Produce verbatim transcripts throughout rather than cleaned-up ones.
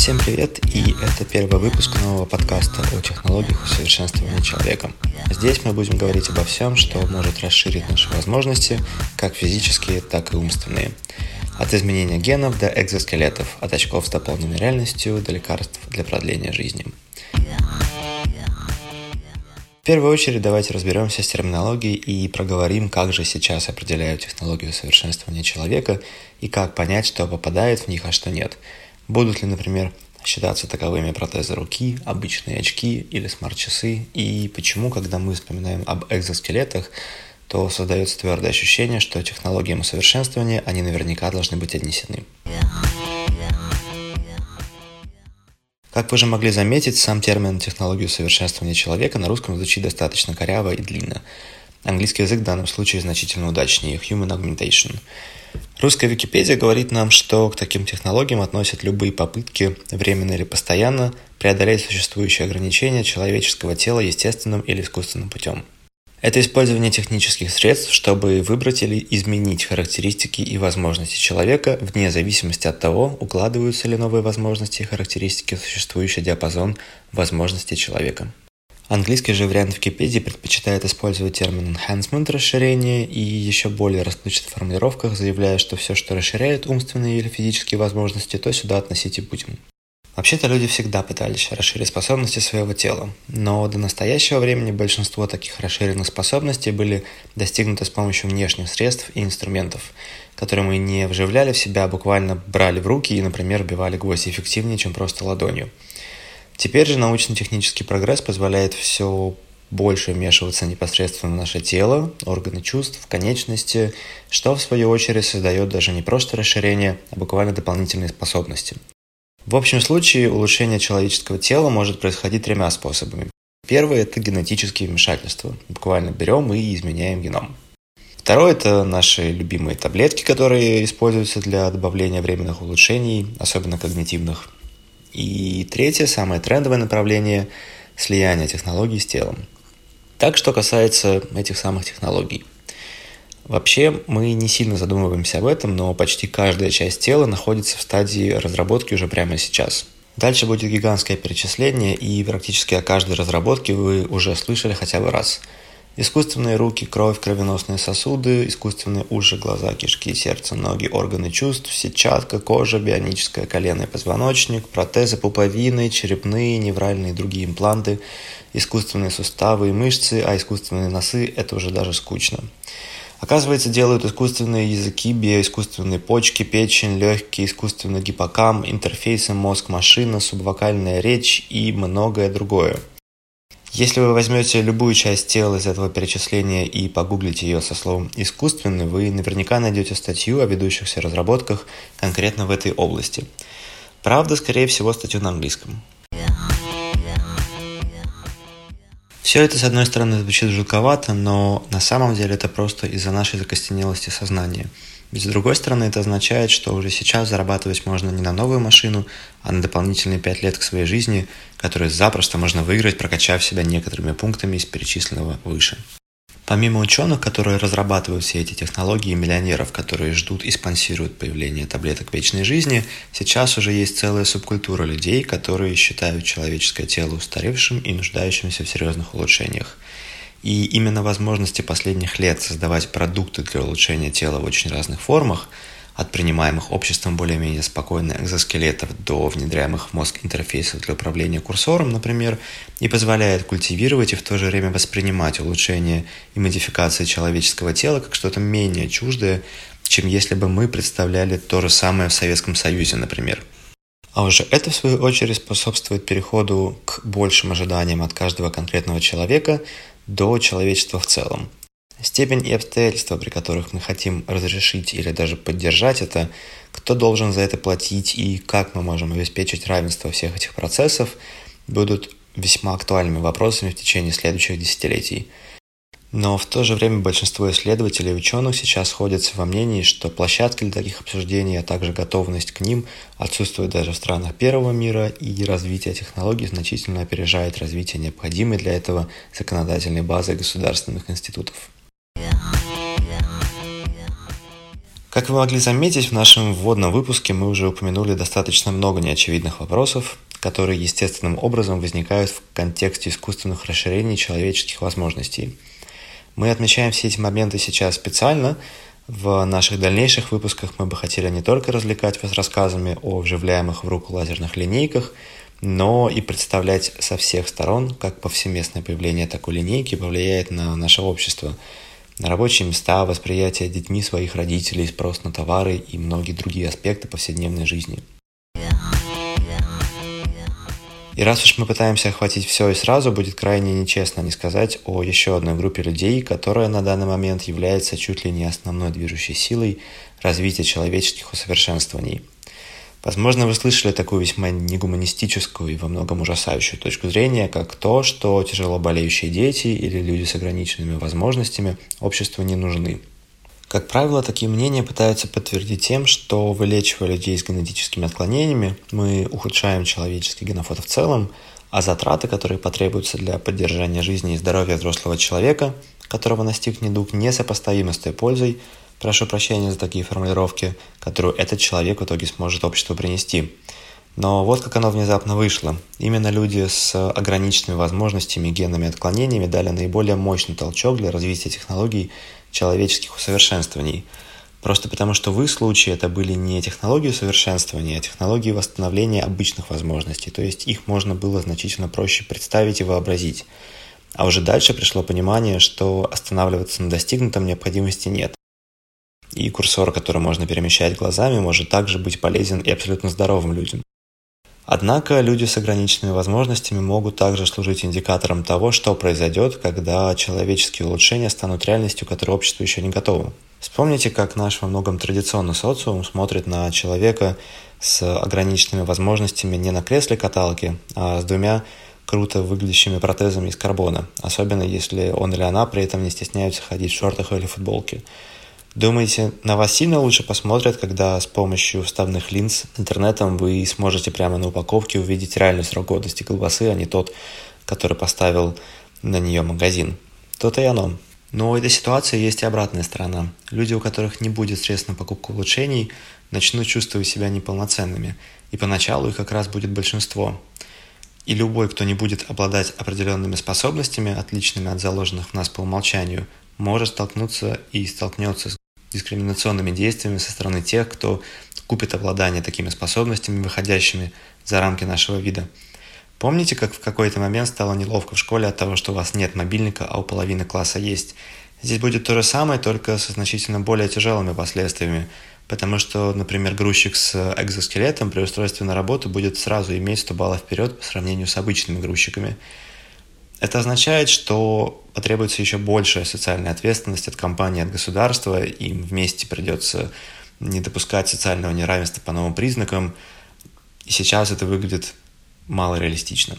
Всем привет, и это первый выпуск нового подкаста о технологиях усовершенствования человека. Здесь мы будем говорить обо всем, что может расширить наши возможности, как физические, так и умственные. От изменения генов до экзоскелетов, от очков с дополненной реальностью до лекарств для продления жизни. В первую очередь давайте разберемся с терминологией и проговорим, как же сейчас определяют технологию усовершенствования человека и как понять, что попадает в них, а что нет. Будут ли, например, считаться таковыми протезы руки, обычные очки или смарт-часы, и почему, когда мы вспоминаем об экзоскелетах, то создается твердое ощущение, что технологиям усовершенствования они наверняка должны быть отнесены. Как вы же могли заметить, сам термин «технология усовершенствования человека» на русском звучит достаточно коряво и длинно. Английский язык в данном случае значительно удачнее – human augmentation. Русская Википедия говорит нам, что к таким технологиям относят любые попытки, временно или постоянно, преодолеть существующие ограничения человеческого тела естественным или искусственным путем. Это использование технических средств, чтобы выбрать или изменить характеристики и возможности человека вне зависимости от того, укладываются ли новые возможности и характеристики в существующий диапазон возможностей человека. Английский же вариант Википедии предпочитает использовать термин enhancement – расширение и еще более расплывчатых формулировках, заявляя, что все, что расширяет умственные или физические возможности, то сюда относить и будем. Вообще-то люди всегда пытались расширить способности своего тела, но до настоящего времени большинство таких расширенных способностей были достигнуты с помощью внешних средств и инструментов, которые мы не вживляли в себя, а буквально брали в руки и, например, вбивали гвозди эффективнее, чем просто ладонью. Теперь же научно-технический прогресс позволяет все больше вмешиваться непосредственно в наше тело, органы чувств, конечности, что в свою очередь создает даже не просто расширение, а буквально дополнительные способности. В общем случае улучшение человеческого тела может происходить тремя способами. Первый – это генетические вмешательства. Буквально берем и изменяем геном. Второй – это наши любимые таблетки, которые используются для добавления временных улучшений, особенно когнитивных. И третье, самое трендовое направление – слияние технологий с телом. Так, что касается этих самых технологий. Вообще, мы не сильно задумываемся об этом, но почти каждая часть тела находится в стадии разработки уже прямо сейчас. Дальше будет гигантское перечисление, и практически о каждой разработке вы уже слышали хотя бы раз. Искусственные руки, кровь, кровеносные сосуды, искусственные уши, глаза, кишки, сердце, ноги, органы чувств, сетчатка, кожа, бионическое колено и позвоночник, протезы пуповины, черепные, невральные и другие импланты, искусственные суставы и мышцы, а искусственные носы – это уже даже скучно. Оказывается, делают искусственные языки, биоискусственные почки, печень, легкие, искусственный гиппокамп, интерфейсы мозг-машина, субвокальная речь и многое другое. Если вы возьмете любую часть тела из этого перечисления и погуглите ее со словом «искусственный», вы наверняка найдете статью о ведущихся разработках конкретно в этой области. Правда, скорее всего, статью на английском. Все это, с одной стороны, звучит жутковато, но на самом деле это просто из-за нашей закостенелости сознания. Ведь с другой стороны, это означает, что уже сейчас зарабатывать можно не на новую машину, а на дополнительные пять лет к своей жизни, которые запросто можно выиграть, прокачав себя некоторыми пунктами из перечисленного выше. Помимо ученых, которые разрабатывают все эти технологии, и миллионеров, которые ждут и спонсируют появление таблеток вечной жизни, сейчас уже есть целая субкультура людей, которые считают человеческое тело устаревшим и нуждающимся в серьезных улучшениях. И именно возможности последних лет создавать продукты для улучшения тела в очень разных формах, от принимаемых обществом более-менее спокойно экзоскелетов до внедряемых в мозг интерфейсов для управления курсором, например, и позволяет культивировать и в то же время воспринимать улучшение и модификации человеческого тела как что-то менее чуждое, чем если бы мы представляли то же самое в Советском Союзе, например. А уже это, в свою очередь, способствует переходу к большим ожиданиям от каждого конкретного человека до человечества в целом. Степень и обстоятельства, при которых мы хотим разрешить или даже поддержать это, кто должен за это платить и как мы можем обеспечить равенство всех этих процессов, будут весьма актуальными вопросами в течение следующих десятилетий. Но в то же время большинство исследователей и ученых сейчас сходятся во мнении, что площадки для таких обсуждений, а также готовность к ним отсутствует даже в странах первого мира, и развитие технологий значительно опережает развитие необходимой для этого законодательной базы государственных институтов. Как вы могли заметить, в нашем вводном выпуске мы уже упомянули достаточно много неочевидных вопросов, которые естественным образом возникают в контексте искусственных расширений человеческих возможностей. Мы отмечаем все эти моменты сейчас специально. В наших дальнейших выпусках мы бы хотели не только развлекать вас рассказами о вживляемых в руку лазерных линейках, но и представлять со всех сторон, как повсеместное появление такой линейки повлияет на наше общество, на рабочие места, восприятие детьми своих родителей, спрос на товары и многие другие аспекты повседневной жизни. И раз уж мы пытаемся охватить все и сразу, будет крайне нечестно не сказать о еще одной группе людей, которая на данный момент является чуть ли не основной движущей силой развития человеческих усовершенствований. Возможно, вы слышали такую весьма негуманистическую и во многом ужасающую точку зрения, как то, что тяжело болеющие дети или люди с ограниченными возможностями обществу не нужны. Как правило, такие мнения пытаются подтвердить тем, что, вылечивая людей с генетическими отклонениями, мы ухудшаем человеческий генофонд в целом, а затраты, которые потребуются для поддержания жизни и здоровья взрослого человека, которого настиг недуг, несопоставимы с той пользой, прошу прощения за такие формулировки, которую этот человек в итоге сможет обществу принести. Но вот как оно внезапно вышло. Именно люди с ограниченными возможностями и генными отклонениями дали наиболее мощный толчок для развития технологий человеческих усовершенствований. Просто потому, что в их случае это были не технологии усовершенствования, а технологии восстановления обычных возможностей, то есть их можно было значительно проще представить и вообразить. А уже дальше пришло понимание, что останавливаться на достигнутом необходимости нет. И курсор, который можно перемещать глазами, может также быть полезен и абсолютно здоровым людям. Однако люди с ограниченными возможностями могут также служить индикатором того, что произойдет, когда человеческие улучшения станут реальностью, к которой общество еще не готово. Вспомните, как наш во многом традиционный социум смотрит на человека с ограниченными возможностями не на кресле-каталке, а с двумя круто выглядящими протезами из карбона, особенно если он или она при этом не стесняются ходить в шортах или футболке. Думаете, на вас сильно лучше посмотрят, когда с помощью вставных линз интернетом вы сможете прямо на упаковке увидеть реальный срок годности колбасы, а не тот, который поставил на нее магазин? То-то и оно. Но у этой ситуации есть и обратная сторона. Люди, у которых не будет средств на покупку улучшений, начнут чувствовать себя неполноценными, и поначалу их как раз будет большинство. И любой, кто не будет обладать определенными способностями, отличными от заложенных в нас по умолчанию, может столкнуться и столкнется с дискриминационными действиями со стороны тех, кто купит обладание такими способностями, выходящими за рамки нашего вида. Помните, как в какой-то момент стало неловко в школе от того, что у вас нет мобильника, а у половины класса есть? Здесь будет то же самое, только со значительно более тяжелыми последствиями, потому что, например, грузчик с экзоскелетом при устройстве на работу будет сразу иметь сто баллов вперед по сравнению с обычными грузчиками. Это означает, что потребуется еще большая социальная ответственность от компании, от государства, им вместе придется не допускать социального неравенства по новым признакам, и сейчас это выглядит малореалистично.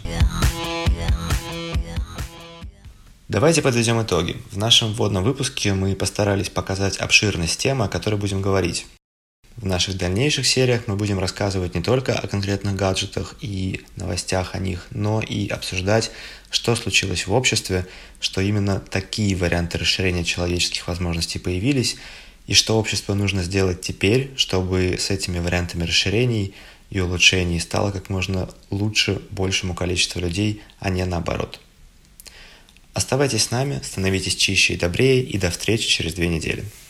Давайте подведем итоги. В нашем вводном выпуске мы постарались показать обширность темы, о которой будем говорить. В наших дальнейших сериях мы будем рассказывать не только о конкретных гаджетах и новостях о них, но и обсуждать, что случилось в обществе, что именно такие варианты расширения человеческих возможностей появились, и что обществу нужно сделать теперь, чтобы с этими вариантами расширений и улучшений стало как можно лучше большему количеству людей, а не наоборот. Оставайтесь с нами, становитесь чище и добрее, и до встречи через две недели.